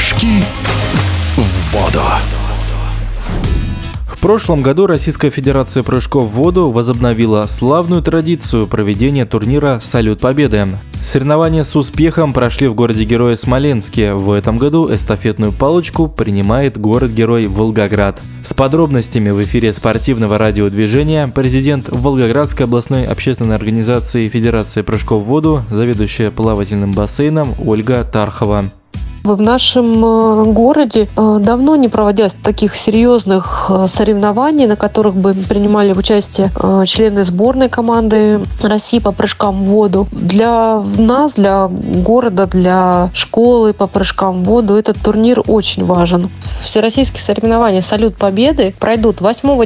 Прыжки в воду. В прошлом году Российская Федерация прыжков в воду возобновила славную традицию проведения турнира «Салют Победы». Соревнования с успехом прошли в городе-герое Смоленске. В этом году эстафетную палочку принимает город-герой Волгоград. С подробностями в эфире спортивного радиодвижения президент Волгоградской областной общественной организации Федерации прыжков в воду, заведующая плавательным бассейном Ольга Тархова. В нашем городе давно не проводилось таких серьезных соревнований, на которых бы принимали участие члены сборной команды России по прыжкам в воду. Для нас, для города, для школы по прыжкам в воду этот турнир очень важен. Всероссийские соревнования «Салют Победы» пройдут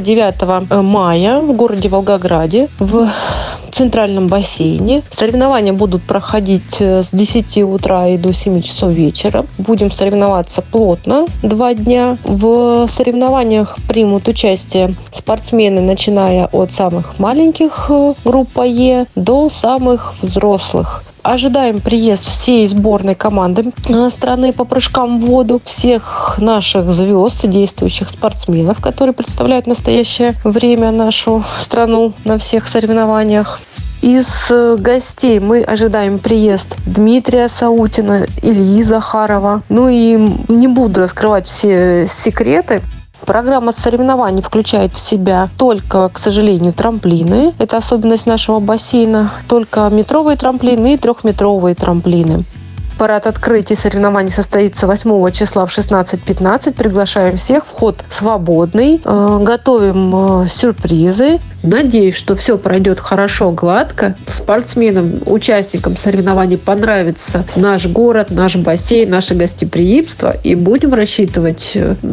8-9 мая в городе Волгограде в центральном бассейне. Соревнования будут проходить с 10 утра и до 7 часов вечера. Будем соревноваться плотно 2 дня. В соревнованиях примут участие спортсмены, начиная от самых маленьких группа Е до самых взрослых. Ожидаем приезд всей сборной команды страны по прыжкам в воду, всех наших звезд и действующих спортсменов, которые представляют в настоящее время нашу страну на всех соревнованиях. Из гостей мы ожидаем приезд Дмитрия Саутина, Ильи Захарова. Ну и не буду раскрывать все секреты. Программа соревнований включает в себя только, к сожалению, трамплины. Это особенность нашего бассейна. Только метровые трамплины и 3-метровые трамплины. Парад открытия соревнований состоится 8 числа в 16:15. Приглашаем всех. Вход свободный. Готовим сюрпризы. Надеюсь, что все пройдет хорошо, гладко. Спортсменам, участникам соревнований понравится наш город, наш бассейн, наше гостеприимство. И будем рассчитывать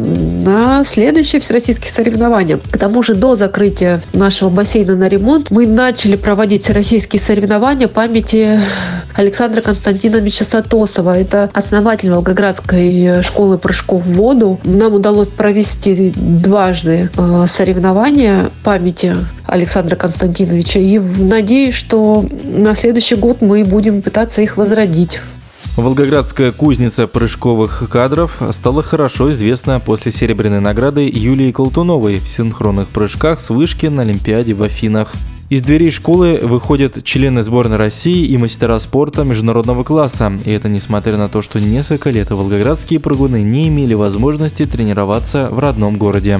на следующие всероссийские соревнования. К тому же до закрытия нашего бассейна на ремонт мы начали проводить всероссийские соревнования памяти Александра Константиновича Сатосова. Это основатель Волгоградской школы прыжков в воду. Нам удалось провести дважды соревнования памяти Александра Константиновича. И надеюсь, что на следующий год мы будем пытаться их возродить. Волгоградская кузница прыжковых кадров стала хорошо известна после серебряной награды Юлии Колтуновой в синхронных прыжках с вышки на Олимпиаде в Афинах. Из дверей школы выходят члены сборной России и мастера спорта международного класса. И это несмотря на то, что несколько лет волгоградские прыгуны не имели возможности тренироваться в родном городе.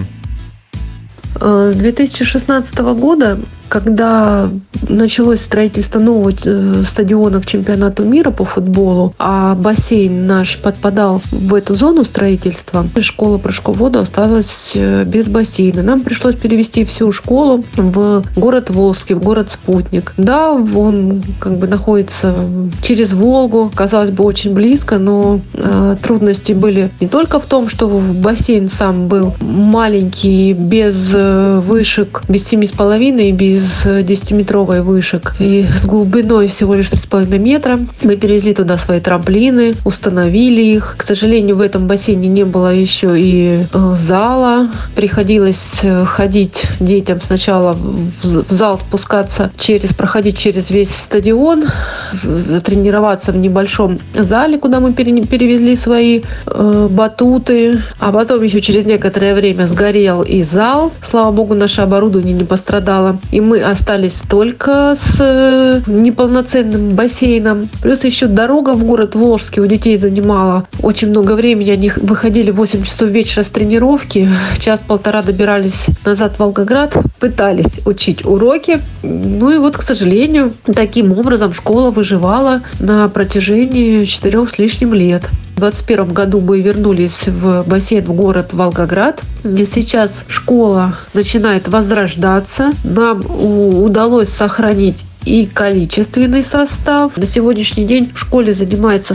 С 2016 года, когда началось строительство нового стадиона к чемпионату мира по футболу, а бассейн наш подпадал в эту зону строительства, школа прыжков в воду осталась без бассейна. Нам пришлось перевести всю школу в город Волжский, в город Спутник. Да, он находится через Волгу, казалось бы, очень близко, но трудности были не только в том, что бассейн сам был маленький, без вышек, без 7,5 и без 10-метровой вышек. И с глубиной всего лишь 3,5 метра. Мы перевезли туда свои трамплины, установили их. К сожалению, в этом бассейне не было еще и зала. Приходилось ходить детям сначала в зал, спускаться проходить через весь стадион, тренироваться в небольшом зале, куда мы перевезли свои батуты. А потом еще через некоторое время сгорел и зал. Слава богу, наше оборудование не пострадало. И мы остались только с неполноценным бассейном. Плюс еще дорога в город Волжский у детей занимала очень много времени. Они выходили в 8 часов вечера с тренировки. Час-полтора добирались назад в Волгоград. Пытались учить уроки. Ну и вот, к сожалению, таким образом школа выживала на протяжении 4 с лишним лет. В 2021 году мы вернулись в бассейн в город Волгоград. И сейчас школа начинает возрождаться. Нам удалось сохранить и количественный состав. На сегодняшний день в школе занимается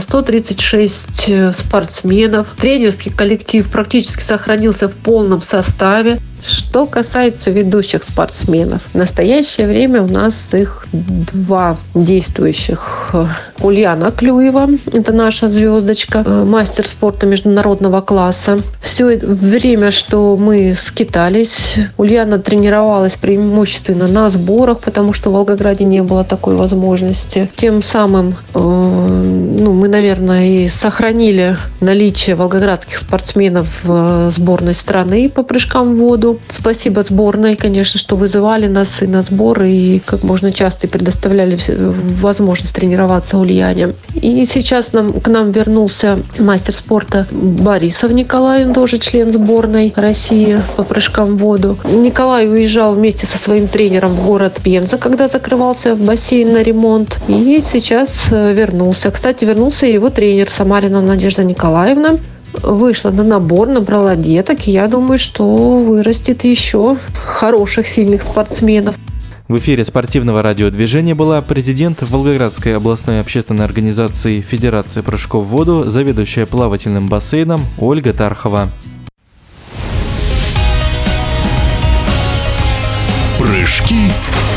136 спортсменов. Тренерский коллектив практически сохранился в полном составе. Что касается ведущих спортсменов, в настоящее время у нас их 2 действующих Ульяна Клюева, это наша звездочка, мастер спорта международного класса. Все время, что мы скитались, Ульяна тренировалась преимущественно на сборах, потому что в Волгограде не было такой возможности. Тем самым мы, наверное, и сохранили наличие волгоградских спортсменов в сборной страны по прыжкам в воду. Спасибо сборной, конечно, что вызывали нас и на сборы, и как можно часто предоставляли возможность тренироваться Ульяне. И сейчас к нам вернулся мастер спорта Борисов Николай, он тоже член сборной России по прыжкам в воду. Николай уезжал вместе со своим тренером в город Пенза, когда закрывался бассейн на ремонт. И сейчас вернулся. Кстати, вернулся и его тренер Самарина Надежда Николаевна. Вышла на набор, набрала деток, и я думаю, что вырастет еще хороших, сильных спортсменов. В эфире спортивного радиодвижения была президент Волгоградской областной общественной организации Федерации прыжков в воду, заведующая плавательным бассейном Ольга Тархова. Прыжки